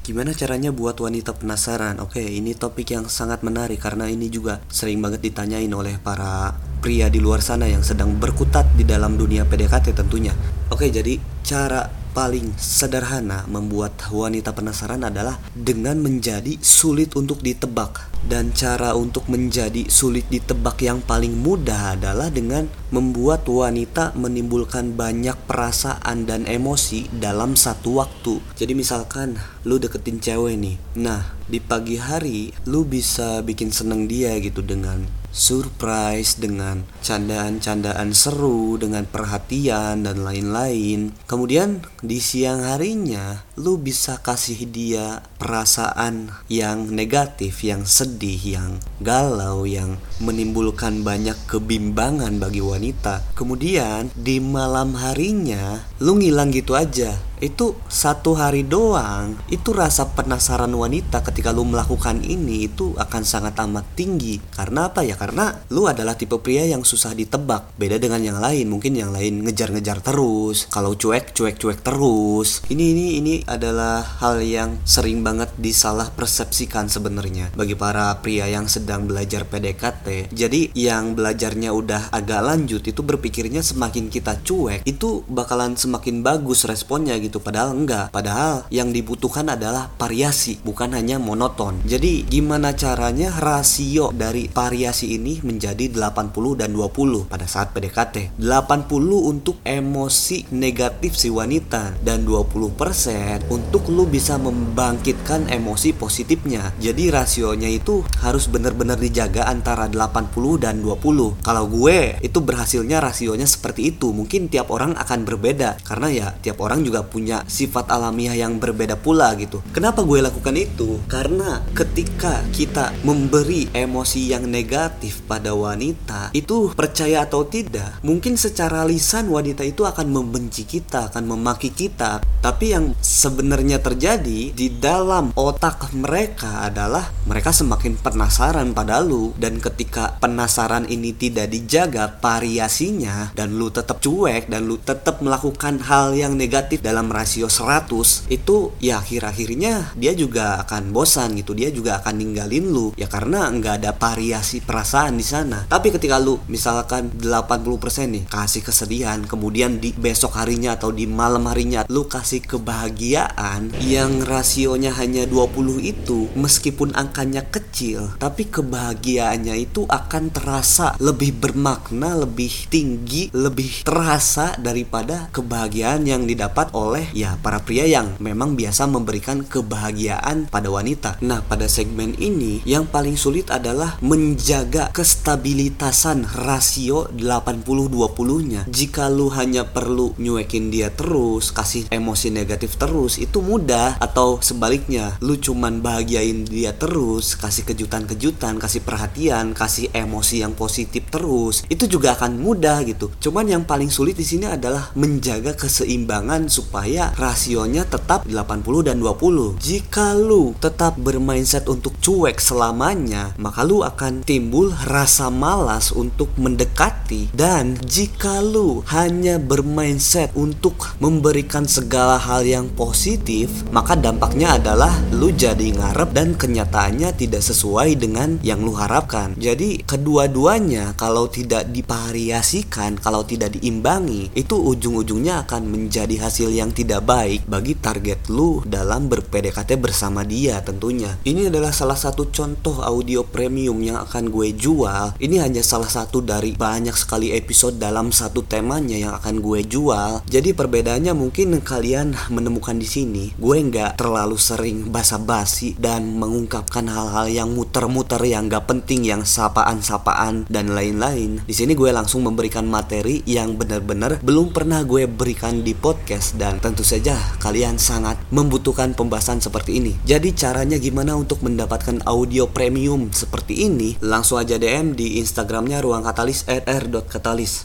Gimana caranya buat wanita penasaran? Oke, ini topik yang sangat menarik karena ini juga sering banget ditanyain oleh para pria di luar sana yang sedang berkutat di dalam dunia PDKT tentunya. Oke, jadi cara paling sederhana membuat wanita penasaran adalah dengan menjadi sulit untuk ditebak. Dan cara untuk menjadi sulit ditebak yang paling mudah adalah dengan membuat wanita menimbulkan banyak perasaan dan emosi dalam satu waktu. Jadi misalkan lu deketin cewek nih. Nah, di pagi hari lu bisa bikin seneng dia gitu dengan surprise, dengan candaan-candaan seru, dengan perhatian dan lain-lain. Kemudian di siang harinya lu bisa kasih dia perasaan yang negatif, yang sedih, yang galau, yang menimbulkan banyak kebimbangan bagi wanita. Kemudian di malam harinya lu ngilang gitu aja. Itu satu hari doang. Itu rasa penasaran wanita ketika lu melakukan ini itu akan sangat amat tinggi. Karena apa ya? Karena lu adalah tipe pria yang susah ditebak. Beda dengan yang lain. Mungkin yang lain ngejar-ngejar terus. Kalau cuek terus. Ini adalah hal yang sering banget disalah persepsikan sebenarnya bagi para pria yang sedang belajar PDKT. Jadi yang belajarnya udah agak lanjut itu berpikirnya semakin kita cuek itu bakalan semakin bagus responnya gitu. Padahal enggak. Padahal yang dibutuhkan adalah variasi, bukan hanya monoton. Jadi gimana caranya rasio dari variasi ini menjadi 80 dan 20 pada saat PDKT. 80 untuk emosi negatif si wanita dan 20% untuk lu bisa membangkitkan emosi positifnya. Jadi rasionya itu harus benar-benar dijaga antara 80 dan 20. Kalau gue itu berhasilnya rasionya seperti itu. Mungkin tiap orang akan berbeda karena ya tiap orang juga punya sifat alamiah yang berbeda pula gitu. Kenapa gue lakukan itu? Karena ketika kita memberi emosi yang negatif pada wanita, itu percaya atau tidak, mungkin secara lisan wanita itu akan membenci kita, akan memaki kita. Tapi yang sebenarnya terjadi di dalam otak mereka adalah mereka semakin penasaran pada lu. Dan ketika penasaran ini tidak dijaga variasinya dan lu tetap cuek dan lu tetap melakukan hal yang negatif dalam rasio 100, itu ya akhir-akhirnya dia juga akan bosan gitu, dia juga akan ninggalin lu ya karena nggak ada variasi perasaan di sana. Tapi ketika lu misalkan 80% nih kasih kesedihan, kemudian di besok harinya atau di malam harinya lu kasih kebahagiaan yang rasionya hanya 20 itu, meskipun angkanya kecil tapi kebahagiaannya itu akan terasa lebih bermakna, lebih tinggi, lebih terasa daripada kebahagiaan yang didapat oleh ya para pria yang memang biasa memberikan kebahagiaan pada wanita. Nah, pada segmen ini yang paling sulit adalah menjaga kestabilitasan rasio 80-20-nya. Jika lu hanya perlu nyuekin dia terus, kasih emosi negatif terus, itu mudah. Atau sebaliknya, lu cuman bahagiain dia terus, kasih kejutan-kejutan, kasih perhatian, kasih emosi yang positif terus, itu juga akan mudah gitu. Cuman yang paling sulit di sini adalah menjaga keseimbangan supaya rasionya tetap 80 dan 20. Jika lu tetap bermindset untuk cuek selamanya, maka lu akan timbul rasa malas untuk mendekati. Dan jika lu hanya bermindset untuk memberikan segala hal yang positif, maka dampaknya adalah lu jadi ngarep dan kenyataannya tidak sesuai dengan yang lu harapkan. Jadi kedua-duanya kalau tidak divariasikan, kalau tidak diimbangi, itu ujung-ujungnya akan menjadi hasil yang tidak baik bagi target lu dalam ber-PDKT bersama dia tentunya. Ini adalah salah satu contoh audio premium yang akan gue jual. Ini hanya salah satu dari banyak sekali episode dalam satu temanya yang akan gue jual. Jadi perbedaannya mungkin kalian menemukan di sini. Gue nggak terlalu sering basa-basi dan mengungkapkan hal-hal yang muter-muter, yang nggak penting, yang sapaan-sapaan dan lain-lain. Di sini gue langsung memberikan materi yang benar-benar belum pernah gue berikan di podcast dan tentu saja kalian sangat membutuhkan pembahasan seperti ini. Jadi caranya gimana untuk mendapatkan audio premium seperti ini? Langsung aja DM di Instagramnya ruangkatalis @r.katalis.